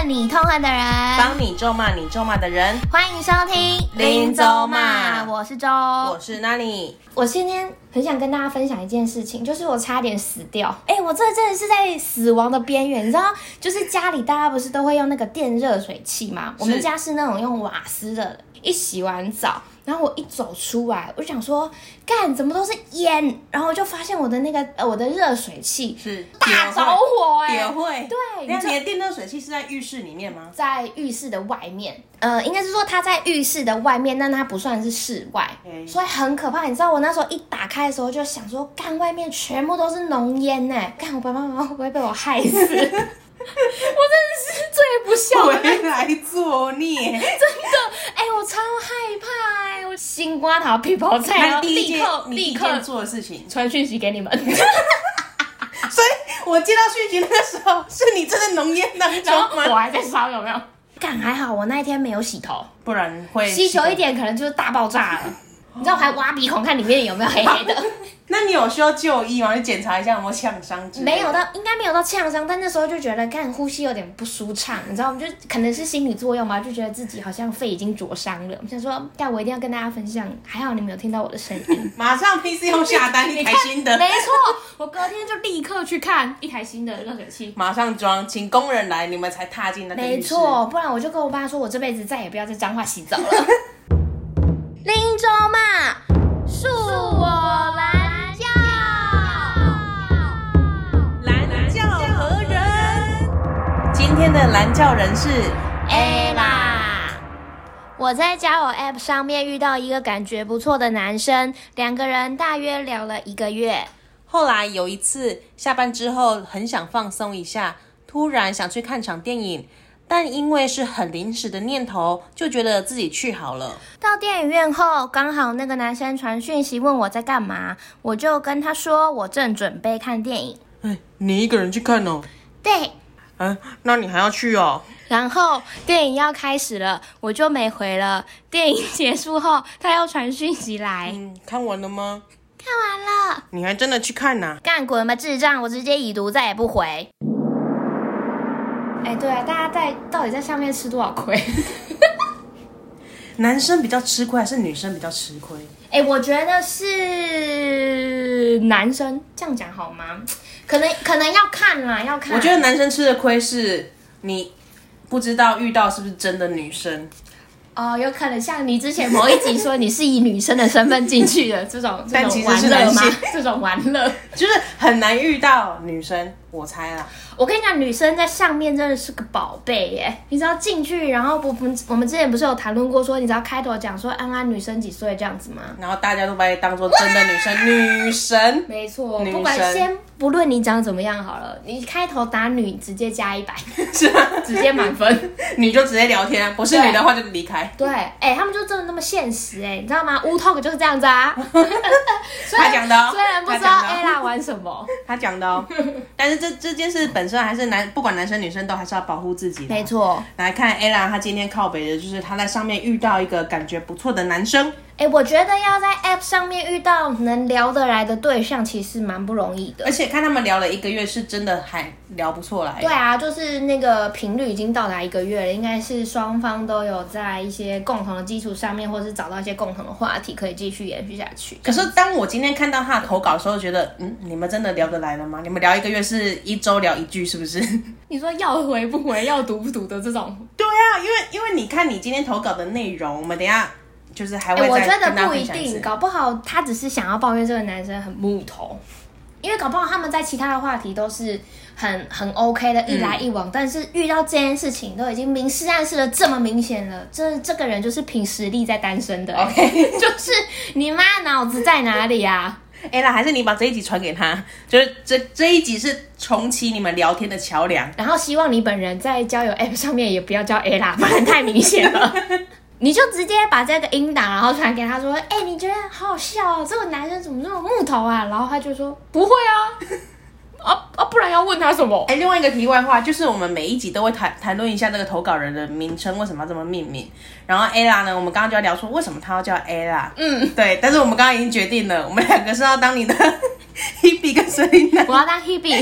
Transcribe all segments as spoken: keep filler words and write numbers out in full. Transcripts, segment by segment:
你痛恨的人， 帮你咒骂你咒骂的人。 欢迎收听林咒骂， 我是周， 我是 Nani。 我今天很想跟大家分享一件事情，就是我差点死掉。哎、欸，我这真的是在死亡的边缘，你知道，就是家里大家不是都会用那个电热水器吗？我们家是那种用瓦斯的。一洗完澡，然后我一走出来，我就想说，干怎么都是烟，然后我就发现我的那个呃我的热水器是大着火哎、欸， 也会对。 那你的电热水器是在浴室里面吗？ 在浴室的外面，呃，应该是说它在浴室的外面，但它不算是室外， okay. 所以很可怕。你知道我那时候一打开的时候就想说，干外面全部都是浓烟哎，干我爸爸妈妈会不会被我害死？我真的是最不孝的， 回来作孽，真的，哎、欸，我超害怕哎、欸，我新瓜头皮泡菜，然后立刻立刻做的事情， 传讯息给你们。 所以我接到讯息那个时候，是你真的浓烟当中吗？ 我还在烧，有没有？干还好，我那一天没有洗头， 不然会洗久一点，可能就是大爆炸了。你知道我还挖鼻孔看里面有没有黑黑的。 那你有需要就医吗？去检查一下有没有呛伤之类的？ 没有到，应该没有到呛伤，但那时候就觉得，看呼吸有点不舒畅，你知道吗？就可能是心理作用吧，就觉得自己好像肺已经灼伤了。我想说，但我一定要跟大家分享，还好你们有听到我的声音。 马上 P C 用下单一台新的， 没错，我隔天就立刻去看一台新的热水器， 马上装，请工人来，你们才踏进那个浴室。 没错，不然我就跟我爸说，我这辈子再也不要在彰化洗澡了。林州嘛，恕我蓝教， 蓝教何人？今天的蓝教人是 Ella。我在交友 App 上面遇到一个感觉不错的男生，两个人大约聊了一个月。 后来有一次下班之后很想放松一下，突然想去看场电影，但因为是很临时的念头，就觉得自己去好了。 到电影院后，刚好那个男生传讯息问我在干嘛，我就跟他说我正准备看电影。 哎，你一个人去看哦？ 对。 啊，那你还要去哦？ 然后电影要开始了，我就没回了。电影结束后，他又传讯息来。 嗯，看完了吗？ 看完了。 你还真的去看啊？ 干滚吧智障！我直接已读，再也不回。哎，对啊，大家在到底在上面吃多少亏？ 男生比较吃亏还是女生比较吃亏？ 哎，我觉得是男生，这样讲好吗？可能可能要看啦，要看。 我觉得男生吃的亏是你不知道遇到是不是真的女生。 哦，有可能像你之前某一集说你是以女生的身份进去的这种， 但其实是男性这种玩乐， 就是很难遇到女生，我猜啦。 我跟你讲，女生在上面真的是个宝贝耶！你知道进去，然后我们我们之前不是有谈论过说，你知道开头讲说安安女生几岁这样子吗？ 然后大家都把你当做真的女生，女神。 没错，不管先不论你长怎么样好了，你开头打女直接加一百， 是啊， 直接满分， 女就直接聊天，不是女的话就离开。 对，哎、欸，他们就真的那么现实哎、欸，你知道吗？乌 talk 就是这样子啊。 他讲的哦， 虽然不知道 Ella 玩什么， 他讲的哦，但是这这件事本身还是男，不管男生女生都还是要保护自己的。 没错。 来看 Ella， 她今天靠北的就是她在上面遇到一个感觉不错的男生。 哎、欸，我觉得要在 App 上面遇到能聊得来的对象，其实蛮不容易的。 而且看他们聊了一个月，是真的还聊不错来。 对啊，就是那个频率已经到达一个月了，应该是双方都有在一些共同的基础上面，或是找到一些共同的话题，可以继续延续下去。 可是当我今天看到他的投稿的时候，觉得，嗯，你们真的聊得来了吗？你们聊一个月是一周聊一句，是不是？ 你说要回不回，要读不读的这种？ 对啊，因为因为你看你今天投稿的内容，我们等一下。就是还会再跟他分享一次、 欸、我觉得不一定，搞不好他只是想要抱怨这个男生很木头，因为搞不好他们在其他的话题都是很很 OK 的，一来一往、嗯，但是遇到这件事情都已经明示暗示的这么明显了，这这个人就是凭实力在单身的、欸、，OK， 就是你妈脑子在哪里啊？ 哎啦，还是你把这一集传给他，就是这这一集是重启你们聊天的桥梁， 然后希望你本人在交友 App 上面也不要叫 A 啦，不然太明显了。你就直接把这个音档，然后传给他说：“哎、欸，你觉得好好笑哦，这个男生怎么那么木头啊？”然后他就说：“不会啊，啊啊，不然要问他什么？” 哎、欸，另外一个题外话就是，我们每一集都会谈谈论一下这个投稿人的名称为什么要这么命名。然后 Ella 呢，我们刚刚就要聊说为什么他要叫 Ella。嗯，对，但是我们刚刚已经决定了，我们两个是要当你的 Hebe 跟 Selina， 我要当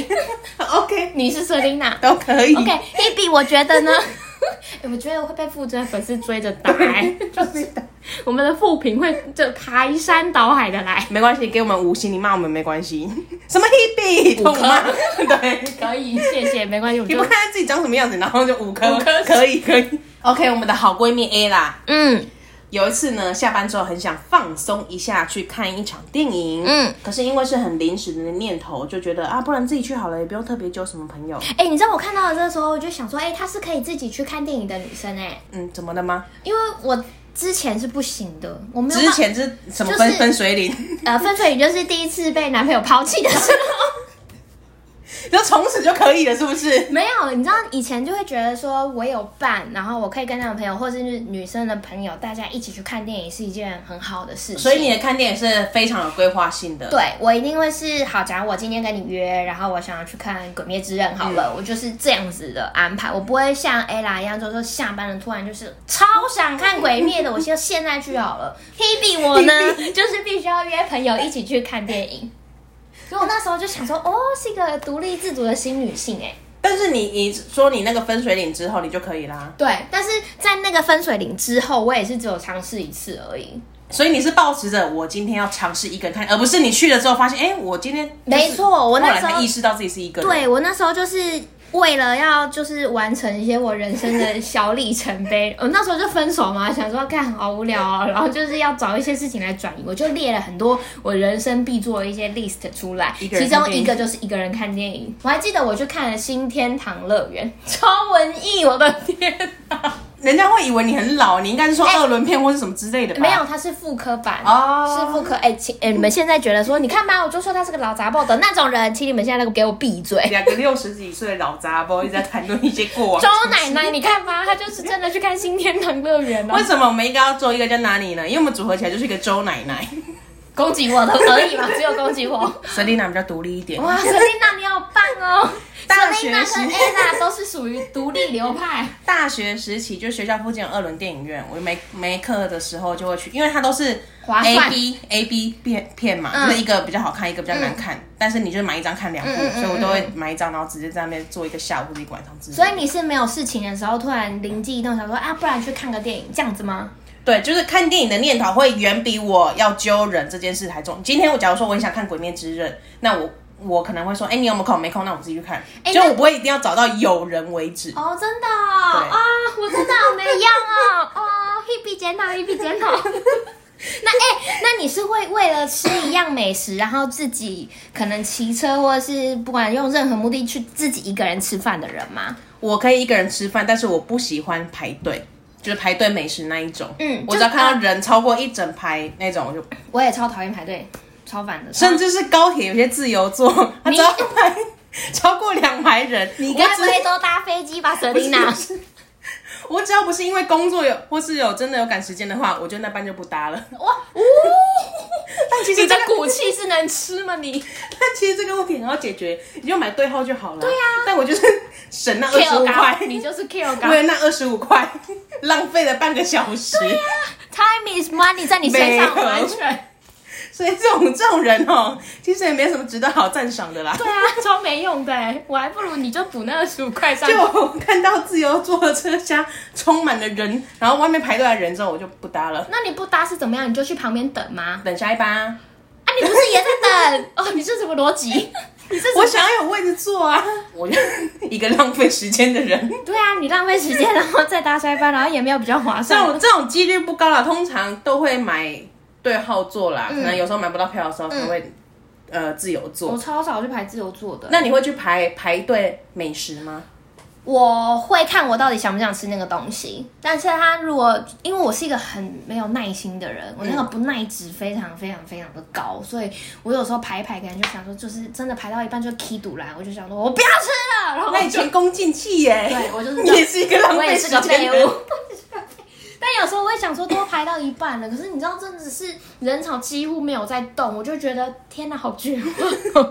Hebe。OK， 你是 Selina 都可以。 OK，Hebe， 我觉得呢，欸、我觉得我会被傅真的粉丝追着打、欸，就是我们的负评会就排山倒海的来。 没关系，给我们五星，你骂我们没关系。什么 Hebe 五颗？对， 可以，谢谢，没关系。 你不看看自己长什么样子，然后就五颗，五颗可以可以。OK， 我们的好闺蜜 A 啦，嗯。有一次呢，下班之后很想放松一下，去看一场电影。嗯，可是因为是很临时的念头，就觉得啊，不然自己去好了，也不用特别揪什么朋友。 哎、欸，你知道我看到的这个时候，我就想说，哎、欸，她是可以自己去看电影的女生哎、欸。 嗯，怎么了吗？ 因为我之前是不行的，我没有。 之前是什么分、就是、分水岭？ 呃，分水岭就是第一次被男朋友抛弃的时候。 就从此就可以了，是不是？ 没有，你知道以前就会觉得说我有伴，然后我可以跟那种朋友或者是女生的朋友，大家一起去看电影是一件很好的事情。 所以你的看电影是非常有规划性的。 对，我一定会是好，假如我今天跟你约，然后我想要去看《鬼灭之刃》好了、嗯，我就是这样子的安排，我不会像 Ella 一样，就是说下班了突然就是超想看《鬼灭》的，我就现在去好了。Hebe 我呢，就是必须要约朋友一起去看电影。所以我那时候就想说，哦，是一个独立自主的新女性哎。 但是你你说你那个分水岭之后，你就可以啦。 对，但是在那个分水岭之后，我也是只有尝试一次而已。 所以你是抱持着我今天要尝试一个人看，而不是你去了之后发现，哎、欸，我今天、就是、 没错，我那时候后来才意识到自己是一个人。 对，我那时候就是为了要就是完成一些我人生的小里程碑，我那时候就分手嘛，想说干好无聊啊，然后就是要找一些事情来转移，我就列了很多我人生必做的一些 list 出来，其中一个就是一个人看电影。我还记得我去看了新天堂乐园，超文艺，我的天啊！ 人家会以为你很老，你应该是说二轮片或是什么之类的吧？ 没有，它是复刻版哦，是复刻。哎、欸，哎、欸，你们现在觉得说，你看吧，我就说他是个老杂包的那种人，请你们现在那个给我闭嘴！ 两个六十几岁的老杂包一直在谈论一些过往。 周奶奶，你看吧，她就是真的去看新天堂乐园了。 为什么我们应该要做一个叫哪里呢？因为我们组合起来就是一个周奶奶。 攻击我的而已嘛，只有攻击我。 Selina 比较独立一点。 哇 ，Selina 你好棒哦！ 大学时 Selina 跟 Ella 都是属于独立流派。 大学时期就学校附近有二轮电影院，我没没课的时候就会去，因为它都是 A B A B 片片嘛、嗯，就是一个比较好看，一个比较难看，嗯、但是你就是买一张看两部、嗯嗯嗯，所以我都会买一张，然后直接在那边坐一个下午或者一个晚上之类的。 所以你是没有事情的时候，突然灵机一动，想说啊，不然去看个电影，这样子吗？ 对，就是看电影的念头会远比我要揪人这件事还重。今天我假如说我很想看《鬼灭之刃》，那我我可能会说，哎、欸，你有没有空？没空，那我自己去看。欸、就我不会一定要找到有人为止。 哦，真的哦，啊、哦，我真的好没样哦，哦 ，Hebe 检讨 ，Hebe 检讨。那哎、欸，那你是会为了吃一样美食，然后自己可能骑车或者是不管用任何目的去自己一个人吃饭的人吗？ 我可以一个人吃饭，但是我不喜欢排队。就是排队美食那一种，嗯，我只要看到人超过一整排那种，我就我也超讨厌排队，超烦的。 甚至是高铁有些自由座，他只要排超过两排人， 你该不会都搭飞机吧 ，Selina？ 我只要不是因为工作有或是有真的有赶时间的话，我就那班就不搭了。哇，哦、但其实、这个、 你的骨气是能吃吗你？ 但其实这个问题很好解决，你就买对号就好了。对啊，但我就是省那二十五块， 你就是 Q 高， 为了那二十五块浪费了半个小时。 对呀、啊、，Time is money 在你身上完全。 所以这种这种人哦，其实也没什么值得好赞赏的啦。 对啊，超没用的哎，我还不如你就补那二十五块上。 就我看到自由坐的车厢充满了人，然后外面排队的人之后，我就不搭了。 那你不搭是怎么样？你就去旁边等吗？ 等下一班啊？ 啊，你不是也在等？哦，你是什么逻辑？你是我想要有位置坐啊！我就一个浪费时间的人。 对啊，你浪费时间，然后再搭下一班，然后也没有比较划算。 这种这种几率不高啦，通常都会买对号座啦，嗯、可能有时候买不到票的时候，才会、嗯、呃自由座。 我超少去排自由座的。 那你会去排排队美食吗？ 我会看我到底想不想吃那个东西，但是他如果因为我是一个很没有耐心的人，我那个不耐值非常非常非常的高，所以我有时候排一排，可能就想说，就是真的排到一半就起肚来，我就想说我不要吃了，然后那你前功尽弃耶！ 对我就是你也是一个浪费时间的人。 但有时候我会想说，都排到一半了，可是你知道，真的是人潮几乎没有在动，我就觉得天哪，好绝望。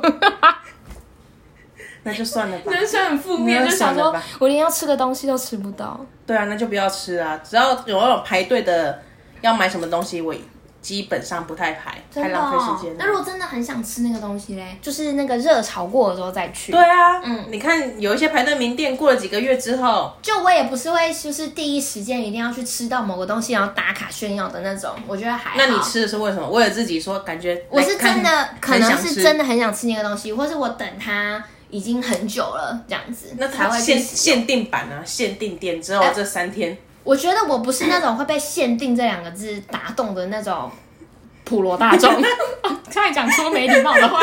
那就算了吧， 人生很负面，就想说我连要吃的东西都吃不到。 对啊，那就不要吃啊！只要有那种排队的要买什么东西，我基本上不太排， 太浪费时间。 那如果真的很想吃那个东西嘞，就是那个热潮过的时候再去。 对啊，嗯，你看有一些排队名店，过了几个月之后， 就我也不是会就是第一时间一定要去吃到某个东西，然后打卡炫耀的那种，我觉得还好。 那你吃的是为什么？为了自己说感觉我是真的可能是真的很想吃那个东西，或是我等它已经很久了这样子， 那才会限限定版啊，限定店只有这三天。欸， 我觉得我不是那种会被限定这两个字打动的那种普罗大众。差点讲说没礼貌的话。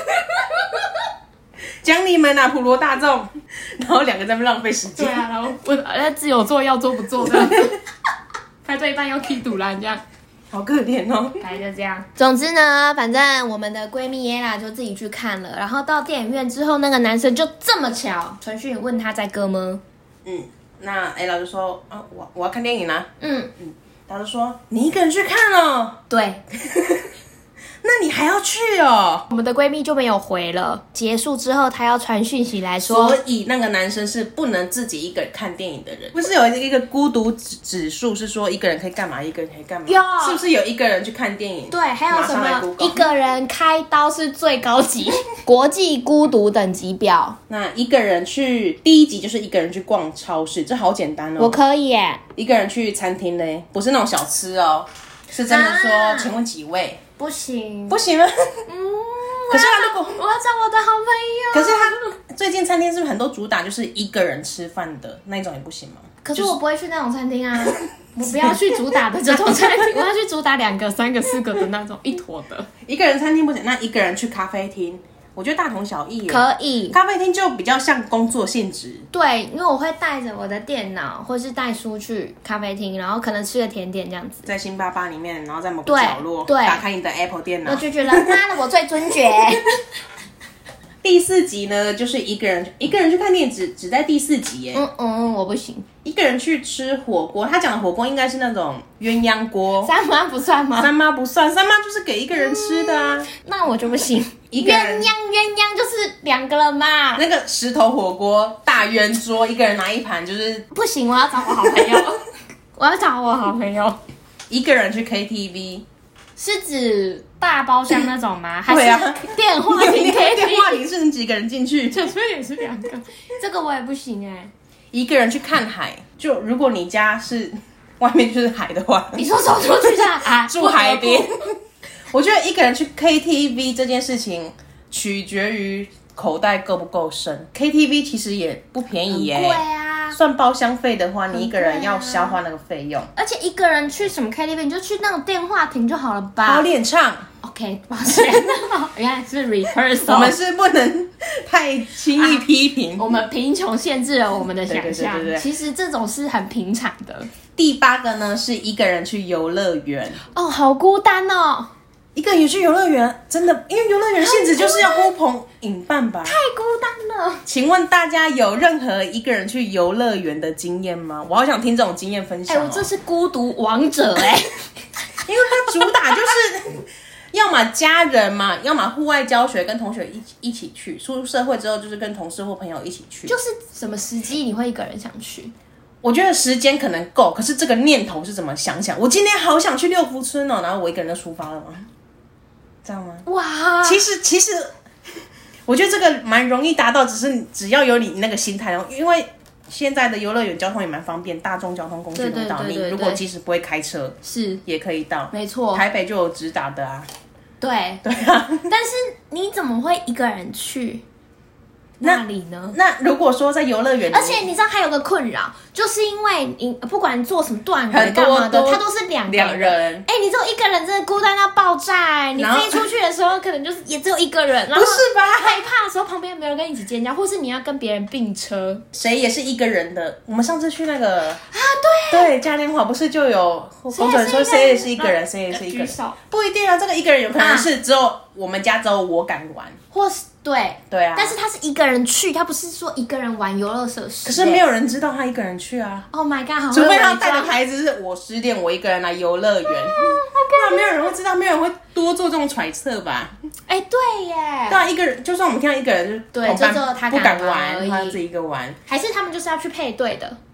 讲你们啊，普罗大众，然后两个在那浪费时间。 对啊，然后我在自由做要做不做这样子，拍这一半要踢赌啦，这样。 好可怜哦， 来就这样。总之呢，反正我们的闺蜜耶拉就自己去看了，然后到电影院之后，那个男生就这么巧传讯问他在割吗？ 嗯，那 Ella 就说啊，我我要看电影啦。嗯嗯，他就说你一个人去看了， 对。 那你还要去哦？ 我们的闺蜜就没有回了。结束之后，她要传讯息来说， 所以那个男生是不能自己一个人看电影的人。不是有一个孤独指指数是说一个人可以干嘛，一个人可以干嘛？ 有， 是不是有一个人去看电影？ 对，还有什么一个人开刀是最高级国际孤独等级表。 那一个人去第一集就是一个人去逛超市，这好简单哦。 我可以耶。 一个人去餐厅嘞，不是那种小吃哦，是真的说，啊、请问几位？ 不行， 不行吗？嗯，可是他如果我要找我的好朋友， 可是他最近餐厅是不是很多主打就是一个人吃饭的那种也不行吗？ 可是我不会去那种餐厅啊，我不要去主打的这种餐厅，我要去主打两个、三个、四个的那种一坨的。 一个人餐厅不行，那一个人去咖啡厅。我觉得大同小异耶， 可以。 咖啡厅就比较像工作性质。 对，因为我会带着我的电脑，或是带书去咖啡厅，然后可能吃个甜点这样子。 在星巴巴里面，然后在某个角落， 对， 打开你的 Apple 电脑， 我就觉得妈的，我最尊爵。 第四集呢，就是一个人一个人去看电影，只只在第四集耶。 嗯嗯，我不行。 一个人去吃火锅，他讲的火锅应该是那种鸳鸯锅。 三妈不算吗？ 三妈不算，三妈就是给一个人吃的啊。嗯、 那我就不行。鸳鸯鸳鸯就是两个人嘛。 那个石头火锅大圆桌，一个人拿一盘就是不行。我要找我好朋友，我要找我好朋友。 一个人去 K T V。 是指大包厢那种吗？还是电话亭 K T V？ 电话亭是几个人进去？ 这也是两个，这个我也不行哎、欸。 一个人去看海，就如果你家是外面就是海的话， 你说走出去的啊， 住海边。我觉得一个人去 K T V 这件事情取决于口袋够不够深。K T V 其实也不便宜耶、欸， 很贵啊。 算包厢费的话，你一个人要消化那个费用、啊。 而且一个人去什么 K T V， 你就去那种电话亭就好了吧？ 还要练唱。 OK， 抱歉，原来是 rehearsal。 我们是不能太轻易批评、 啊，我们贫穷限制了我们的想象。 对对对对对， 其实这种是很平常的。 第八个呢，是一个人去游乐园。 哦，好孤单哦。 一个人去游乐园，真的，因为游乐园性质就是要呼朋引伴吧？ 太孤单了。 请问大家有任何一个人去游乐园的经验吗？我好想听这种经验分享、哦。 哎、欸，我这是孤独王者哎、欸， 因为它主打就是要么家人嘛，要么户外教学跟同学一起一起去，出入社会之后就是跟同事或朋友一起去。 就是什么时机你会一个人想去？ 我觉得时间可能够，可是这个念头是怎么想想？我今天好想去六福村哦，然后我一个人就出发了吗？这样吗？ 哇， 其实其实，我觉得这个蛮容易达到，只是只要有你那个心态，因为现在的游乐园交通也蛮方便，大众交通工具能到。你如果即使不会开车， 是也可以到。 没错， 台北就有直达的啊。 对对啊， 但是你怎么会一个人去那里呢？ 那如果说在游乐园， 而且你知道还有个困扰，就是因为你不管做什么段位干嘛的，它都是两个人。哎、欸，你只有一个人真的孤单到爆炸、欸。你自己出去的时候，可能就是也只有一个人，然后不是吧？ 害怕的时候旁边没有人跟你一起尖叫，或是你要跟别人并车， 谁也是一个人的。我们上次去那个啊，对对嘉年华不是就有工作人员说谁也是一个人，谁也是一个人，不一定啊。这个一个人有可能是只有、啊、我们家只有我敢玩， 或是。对对啊， 但是他是一个人去，他不是说一个人玩游乐设施。 可是没有人知道他一个人去啊。 Oh my god！ 除非他带的牌子是我失恋，我一个人来游乐园，那、嗯、没有人会知道，没有人会多做这种揣测吧？ 哎、欸，对耶。 对啊，一个人，就算我们听到一个人，就对，就只有他不敢玩而已， 他自己一个玩。 还是他们就是要去配对的？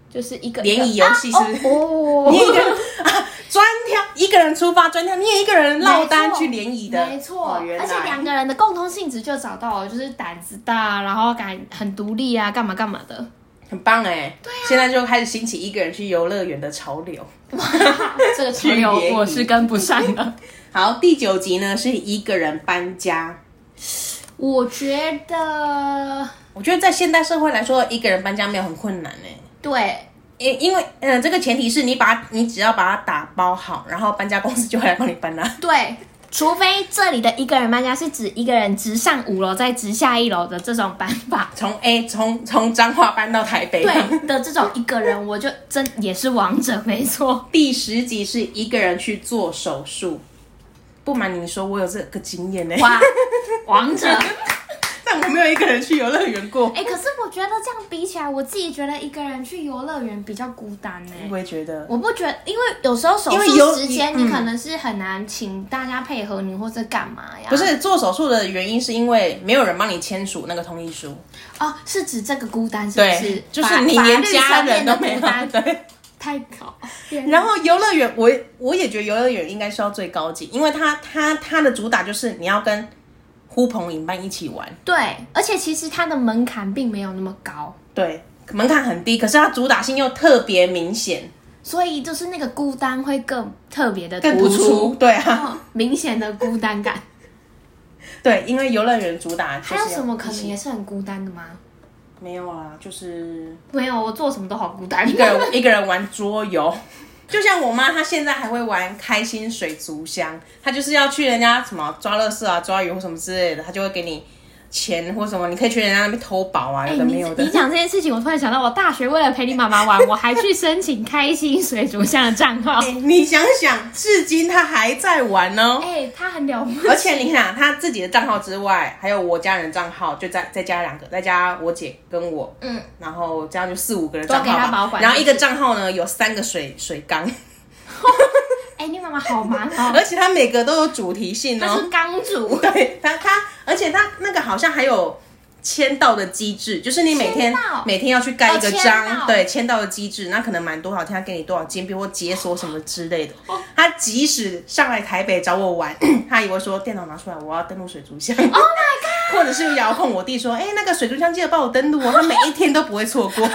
就是一个联谊游戏，是不是？ 哦， 你也一个人啊，专挑一个人出发，专挑你也一个人落单去联谊的， 没错，哦、而且两个人的共同性质就找到了，就是胆子大，然后敢很独立啊，干嘛干嘛的， 很棒哎。 对啊， 现在就开始兴起一个人去游乐园的潮流， 这个潮流我是跟不上的。 好，第九集呢是一个人搬家， 我觉得， 我觉得在现代社会来说，一个人搬家没有很困难哎。 对。 因因为呃，这个前提是你把你只要把它打包好，然后搬家公司就会来帮你搬啦。 对，除非这里的一个人搬家是指一个人直上五楼再直下一楼的这种搬法， 从 A 从从彰化搬到台北， 对的这种一个人，我就真也是王者，没错。 第十集是一个人去做手术，不瞒你说，我有这个经验呢。 哇，王者。 但我没有一个人去游乐园过。 哎、欸，可是我觉得这样比起来，我自己觉得一个人去游乐园比较孤单呢。 我也觉得， 我不觉得，因为有时候手术时间你可能是很难请大家配合你，或者干嘛呀？ 不是做手术的原因，是因为没有人帮你签署那个同意书。 哦，是指这个孤单是不是？ 就是你连家人都没有。对。 太高。 然后游乐园，我我也觉得游乐园应该是要最高级，因为它它它的主打就是你要跟呼朋引伴一起玩。 对，而且其实它的门槛并没有那么高。 对，门槛很低，可是它主打性又特别明显， 所以就是那个孤单会更特别的更突出。对啊、 哦，明显的孤单感。 对，因为游乐园主打就是还有什么可能也是很孤单的吗？ 没有啊，就是没有，我做什么都好孤单。 一个人一个人玩桌游，就像我妈，她现在还会玩开心水族箱，她就是要去人家什么抓垃圾啊、抓鱼或什么之类的，她就会给你钱或什么，你可以去人家那边偷宝啊，有的没有的。 欸、你讲这件事情，我突然想到，我大学为了陪你妈妈玩，我还去申请开心水族箱的账号。 欸、你想想，至今她还在玩哦。 哎、欸，她很了不起。 而且你看，她自己的账号之外，还有我家人账号，就再再加两个，再加我姐跟我，嗯，然后这样就四五个人账号吧。 都给她保管。 然后一个账号呢有三个水水缸。 哎、欸，你妈妈好忙哦！ 而且她每个都有主题性哦， 她是缸主。 对，她她，而且她那个好像还有签到的机制，就是你每天每天要去盖一个章，哦、对，签到的机制，那可能满多少天，他给你多少金币或解锁什么之类的。哦、他即使上来台北找我玩，他以为说电脑拿出来，我要登录水族箱。Oh my god！ 或者是遥控我弟说，哎、欸，那个水族箱记得帮我登录哦，他每一天都不会错过。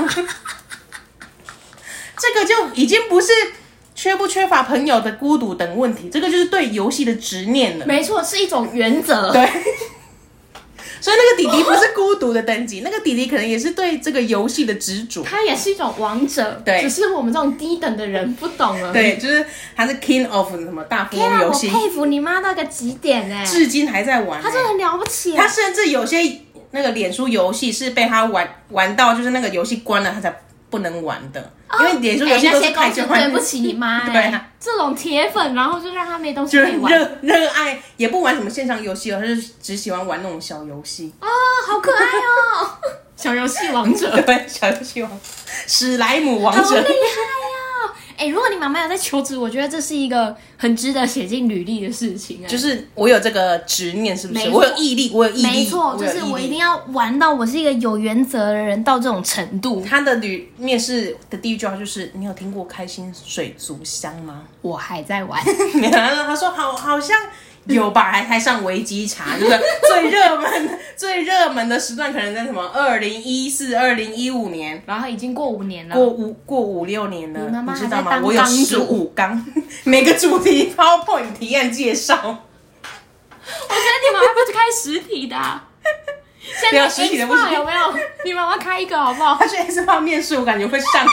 这个就已经不是缺不缺乏朋友的孤独等问题，这个就是对游戏的执念了。 没错，是一种原则。 对，所以那个弟弟不是孤独的等级，那个弟弟可能也是对这个游戏的执着。 他也是一种王者， 对， 只是我们这种低等的人不懂了。 对，就是他是 King of 什么大富翁游戏。 我佩服你妈到个极点哎， 至今还在玩、欸， 他真的很了不起。 他甚至有些那个脸书游戏是被他玩玩到，就是那个游戏关了，他才不能玩的。因为脸书游戏都是开就玩，对不起你妈、欸。 对啊， 这种铁粉，然后就让他没东西可以玩， 热热爱也不玩什么线上游戏哦，他就只喜欢玩那种小游戏。 哦，好可爱哦，小游戏王者， 对，小游戏王，史莱姆王者， 好厉害呀！哎、欸，如果你妈妈有在求职，我觉得这是一个很值得写进履历的事情、欸。 就是我有这个执念，是不是？我有毅力，我有毅力。 没错，就是我一定要玩到我是一个有原则的人到这种程度。 他的履面试的第一句话就是：“你有听过开心水族箱吗？” 我还在玩。 他说：“好，好像。”有吧，还还上维基查，就是最热门、最热门的时段，可能在什么二零一四、二零一五年， 然后已经过五年了， 过五过五六年了， 你妈妈知道吗？ 我有十五缸，每个主题 PowerPoint 提案介绍。 我觉得你妈妈不是开实体的、啊，现在实体的不行，有没有？你妈妈开一个好不好？ 她去 X 八面试，我感觉会上。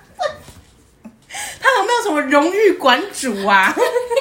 她有没有什么荣誉馆主啊？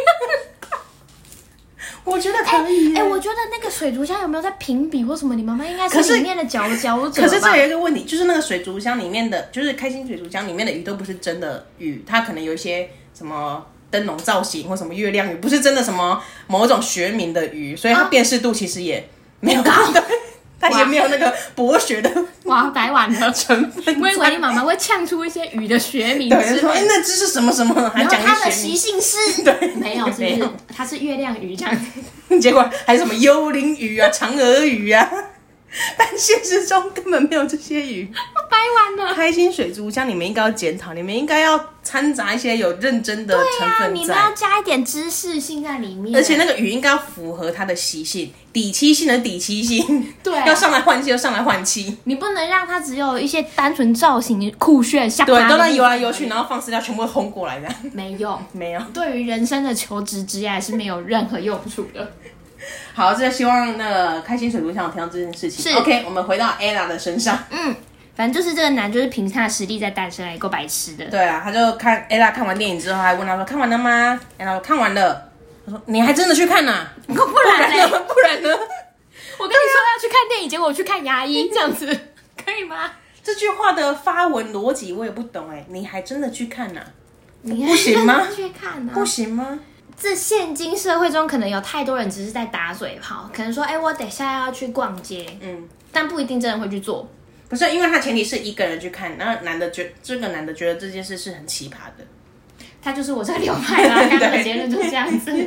我觉得可以。 哎、欸欸，我觉得那个水族箱有没有在评比或什么？你妈妈应该是里面的佼佼者吧。 可是这有一个问题，就是那个水族箱里面的，就是开心水族箱里面的鱼都不是真的鱼，它可能有一些什么灯笼造型或什么月亮鱼，不是真的什么某种学名的鱼，所以它辨识度其实也没有高。啊他也没有那个博学的哇改碗的成分。 我以为你妈妈会呛出一些鱼的学名， 对，说哎、欸、那只是什么什么，还讲它的习性是， 对， 没有，是不是？它是月亮鱼这样， 结果还是什么幽灵鱼啊、嫦娥鱼啊。 但现实中根本没有这些鱼， 我掰完了。 开心水族箱，你们应该要检讨，你们应该要掺杂一些有认真的成分在， 对啊，你们要加一点知识性在里面， 而且那个鱼应该要符合它的习性，底栖性的底栖性， 对、啊， 要上来换气就上来换气， 你不能让它只有一些单纯造型酷炫，像对，都在游来游去，然后放饲料全部轰过来的， 没用， 没有， 对于人生的求职之涯是没有任何用处的。 好，这希望那个开心水族箱有听到这件事情。OK， 我们回到 Ella 的身上。 嗯，反正就是这个男就是凭他的实力在诞生，来够白痴的。 对啊，他就看 Ella 看完电影之后，还问他说看完了吗 ？Ella 说看完了。他说你还真的去看呐、啊？ 不然呢？ 不然呢？ 我跟你说要去看电影，结果我去看牙医，这样子可以吗？ 这句话的发文逻辑我也不懂哎，你还真的去看呐、啊？ 你不行吗？ 去看啊？ 不行吗？ 这现今社会中可能有太多人只是在打嘴炮，可能说，哎、欸，我等下要去逛街，嗯，但不一定真的会去做。 不是，因为他前提是一个人去看，那男的觉这个男的觉得这件事是很奇葩的， 他就是我这个流派啦，刚刚的结论就是这样子。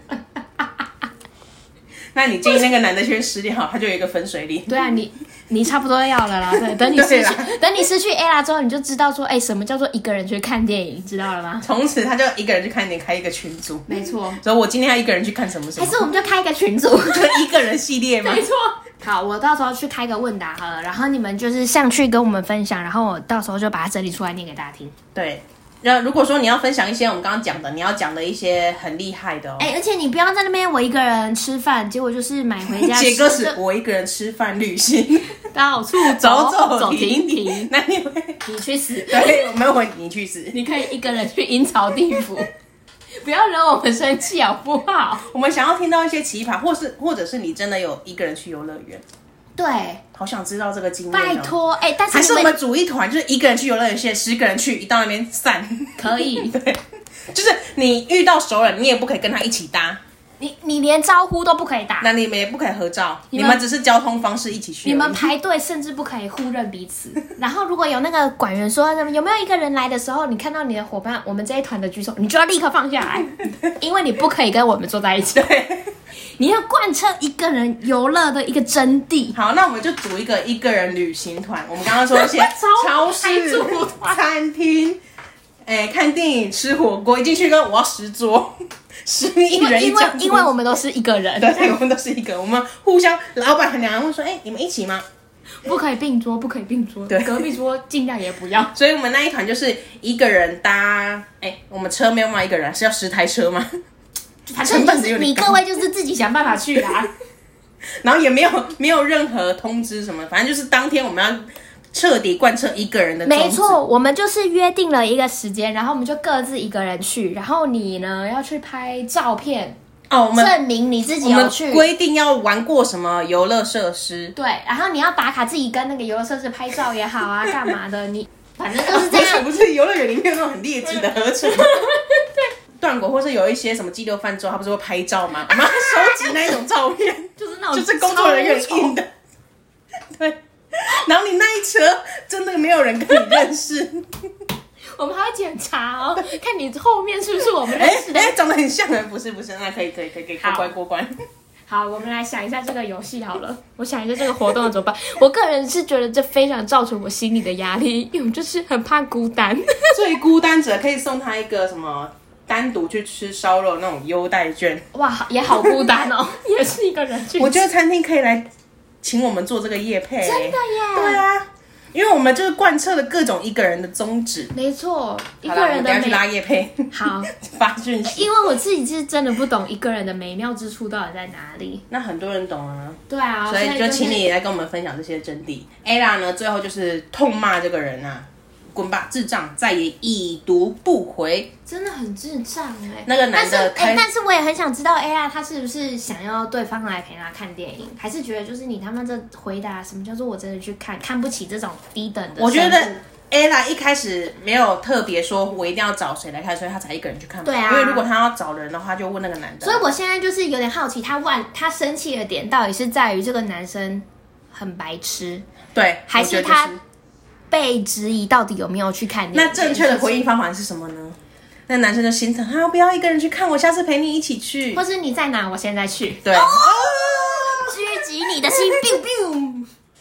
那你建议那个男的先失恋好，他就有一个分水岭。 对啊，你你差不多要了啦。对，等你失去，等你失去 Ella 之后，你就知道说，哎、欸，什么叫做一个人去看电影，知道了吗？ 从此他就一个人去看电影，开一个群组。 没错。 所以我今天要一个人去看什么什么。 还是我们就开一个群组， 就一个人系列吗？ 没错。好，我到时候去开个问答好了，然后你们就是上去跟我们分享，然后我到时候就把它整理出来念给大家听。 对。那如果说你要分享一些我们刚刚讲的，你要讲的一些很厉害的哦。 哎、欸，而且你不要在那边我一个人吃饭，结果就是买回家。 杰哥是我一个人吃饭旅行， 到处走走走停停。 那你会你去死！ 对，我们会你去死。 你可以一个人去阴曹地府，不要惹我们生气好不好？ 我们想要听到一些奇葩，或是或者是你真的有一个人去游乐园。 对， 好想知道这个经验、 哦。拜托，哎、欸，但是还是我们组一团，就是一个人去游乐园，十个人去，一到那边散。 可以， 对，就是你遇到熟人，你也不可以跟他一起搭， 你你连招呼都不可以打， 那你们也不可以合照，你 们, 你们只是交通方式一起去。 你们排队甚至不可以互认彼此。然后如果有那个管员说有没有一个人来的时候，你看到你的伙伴，我们这一团的举手，你就要立刻放下来，因为你不可以跟我们坐在一起。 对。 你要贯彻一个人游乐的一个真谛。 好，那我们就组一个一个人旅行团。我们刚刚说一些超市、餐厅，哎、欸，看电影、吃火锅，一进去跟我要十桌，十一人一张。 因为我们都是一个人， 对，我们都是一个，我们互相，老板很娘会说，哎、欸，你们一起吗？ 不可以并桌，不可以并桌，对，隔壁桌尽量也不要。 所以我们那一团就是一个人搭，哎、欸，我们车没有买一个人，是要十台车吗？ 反正就是你各位就是自己想办法去啦， 然后也没有没有任何通知什么，反正就是当天我们要彻底贯彻一个人的宗旨。 没错，我们就是约定了一个时间，然后我们就各自一个人去，然后你呢要去拍照片哦，我们证明你自己有去。 我们规定要玩过什么游乐设施， 对，然后你要打卡自己跟那个游乐设施拍照也好啊，干嘛的你反正就是这样。 不是游乐园里面有那种很劣质的合成。对。断果或是有一些什么激流泛舟，他不是会拍照吗？我们要收集那一种照片， 就是那种就是工作人员印的。对，然后你那一车真的没有人跟你认识， 我们还要检查哦，看你后面是不是我们认识的。 哎、欸欸，长得很像人，不是不是，那可以可以可以可以过关过关。 好，我们来想一下这个游戏好了。我想一下这个活动要怎么办。我个人是觉得这非常造成我心里的压力，因为我就是很怕孤单。 最孤单者可以送他一个什么？单独去吃烧肉那种优待券， 哇，也好孤单哦，也是一个人去吃。 我觉得餐厅可以来请我们做这个业配， 真的耶！ 对啊，因为我们就是贯彻了各种一个人的宗旨。 没错，一个好啦，我人的美。 们等一下去拉业配， 好发讯息。 因为我自己是真的不懂一个人的美妙之处到底在哪里。 那很多人懂啊。 对啊， 所以就请你来跟我们分享这些真谛。Ella 呢，最后就是痛骂这个人啊。滚吧，智障！再也已读不回， 真的很智障哎、欸。 那个男的， 但是、欸、但是我也很想知道 Ella 他是不是想要对方来陪他看电影，还是觉得就是你他妈这回答什么叫做我真的去看，看不起这种低等的。 我觉得 Ella 一开始没有特别说我一定要找谁来看，所以他才一个人去看。 对啊， 因为如果他要找人的话，就问那个男的。 所以我现在就是有点好奇，他万他生气的点到底是在于这个男生很白痴， 对， 还是他？被质疑到底有没有去看电影？ 那正确的回应方法是什么呢？那男生就心疼，啊，不要一个人去看，我下次陪你一起去， 或是你在哪，我现在去。 对，哦， 狙击你的心，biu biu。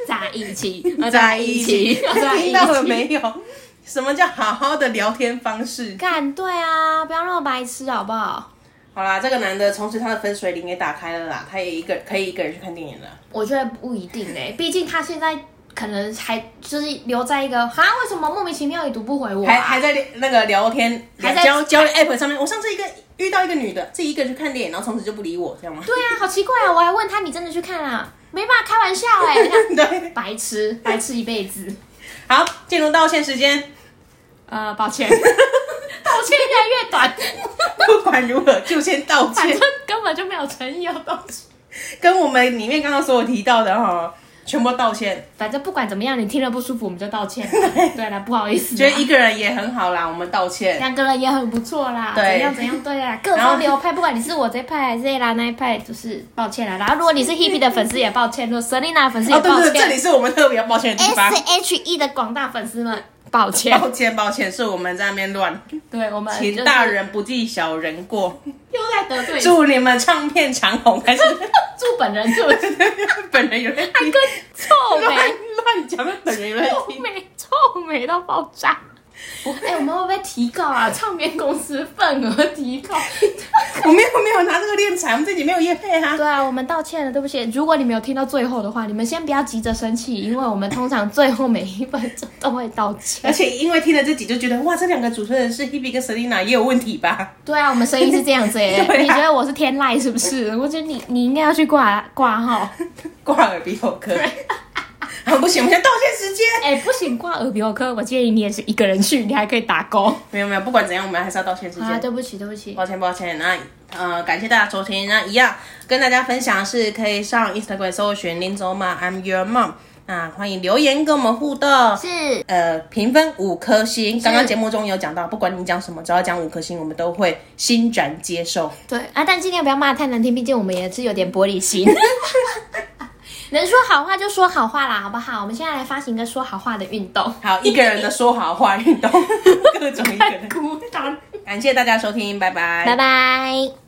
在一起， 在一起，听到了没有？什么叫好好的聊天方式？ 干对啊，不要那么白痴好不好？ 好啦，这个男的从此他的分水岭也打开了啦，他也一个可以一个人去看电影了。 我觉得不一定哎、欸，毕竟他现在可能还就是留在一个哈，为什么莫名其妙也读不回我、啊？ 还还在那个聊天，还在交交友 app 上面。我上次一个遇到一个女的，自己一个人去看电影，然后从此就不理我，这样吗？ 对啊，好奇怪啊！我还问他，你真的去看啊？没办法，开玩笑哎、欸。 对， 白痴，白痴一辈子。 好，进入道歉时间。 呃，抱歉，道歉越来越短。 不管如何，就先道歉。 反正根本就没有诚意要道歉。 跟我们里面刚刚所有提到的哈，全部道歉。 反正不管怎么样，你听了不舒服，我们就道歉。对啦，不好意思。 觉得一个人也很好啦，我们道歉。 两个人也很不错啦。 对， 怎样怎样对啦，各方流派，不管你是我这派还是 A 啦那一派，就是抱歉啦。然后如果你是 Hebe 的粉丝也抱歉，如果 Selina 的粉丝也抱歉。哦， 对对，这里是我们特别要抱歉的地方。 S H E 的广大粉丝们。抱歉， 抱歉，抱歉，是我们在那边乱。 对，我们、就是、 请大人不计小人过。 又在得罪。 祝你们唱片长红，还是祝本人对不对？ 本人有在听， 还跟臭美乱讲，本人有在听， 臭美臭美到爆炸。哎、欸，我们会不会提告啊？唱片公司份额提告？ 我没有没有拿这个敛财，我们自己没有业配啊。 对啊，我们道歉了，对不起。如果你没有听到最后的话，你们先不要急着生气，因为我们通常最后每一分钟都会道歉。 而且因为听了这集就觉得，哇，这两个主持人是 Hebe 跟 Selina 也有问题吧？ 对啊，我们声音是这样子哎、欸啊，你觉得我是天籁是不是？我觉得你你应该要去挂挂号， 挂耳鼻喉科。啊，不行，我们现在道歉时间。 哎、欸，不行，挂耳鼻喉科，我建议你也是一个人去，你还可以打勾。 没有没有，不管怎样，我们还是要道歉时间。 啊，对不起，对不起， 抱歉抱歉。那呃，感谢大家收听。那一样跟大家分享的是，可以上 Instagram 搜寻林州妈 I'm Your Mom。那欢迎留言跟我们互动。 是。 呃，评分五颗星。刚刚节目中有讲到，不管你讲什么，只要讲五颗星，我们都会欣然接受。 对啊，但尽量不要骂太难听，毕竟我们也是有点玻璃心。能说好话就说好话啦，好不好？我们现在来发行一个说好话的运动。 好，一个人的说好话运动，各种一个人。 孤单。 感谢大家收听，拜拜， 拜拜。